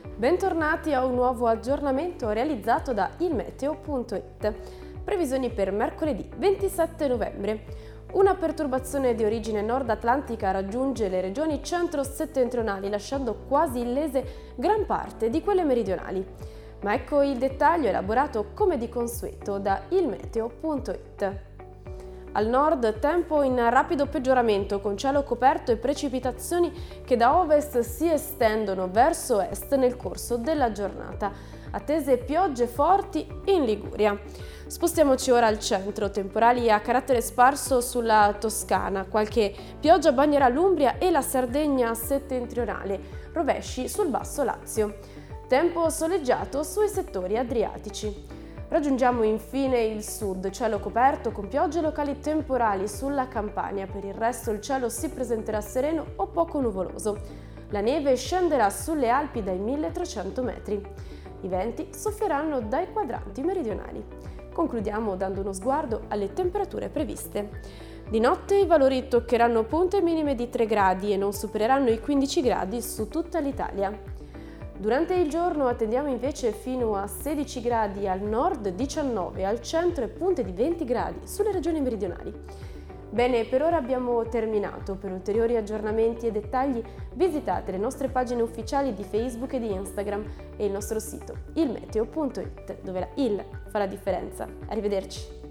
Bentornati a un nuovo aggiornamento realizzato da ilmeteo.it. Previsioni per mercoledì 27 novembre. Una perturbazione di origine nord atlantica raggiunge le regioni centro-settentrionali, lasciando quasi illese gran parte di quelle meridionali. Ma ecco il dettaglio elaborato come di consueto da ilmeteo.it. Al nord tempo in rapido peggioramento, con cielo coperto e precipitazioni che da ovest si estendono verso est nel corso della giornata. Attese piogge forti in Liguria. Spostiamoci ora al centro, temporali a carattere sparso sulla Toscana, qualche pioggia bagnerà l'Umbria e la Sardegna settentrionale, rovesci sul basso Lazio. Tempo soleggiato sui settori adriatici. Raggiungiamo infine il sud, cielo coperto con piogge locali temporali sulla Campania. Per il resto il cielo si presenterà sereno o poco nuvoloso. La neve scenderà sulle Alpi dai 1300 metri. I venti soffieranno dai quadranti meridionali. Concludiamo dando uno sguardo alle temperature previste. Di notte i valori toccheranno punte minime di 3 gradi e non supereranno i 15 gradi su tutta l'Italia. Durante il giorno attendiamo invece fino a 16 gradi al nord, 19 al centro e punte di 20 gradi sulle regioni meridionali. Bene, per ora abbiamo terminato. Per ulteriori aggiornamenti e dettagli visitate le nostre pagine ufficiali di Facebook e di Instagram e il nostro sito ilmeteo.it, dove la il fa la differenza. Arrivederci!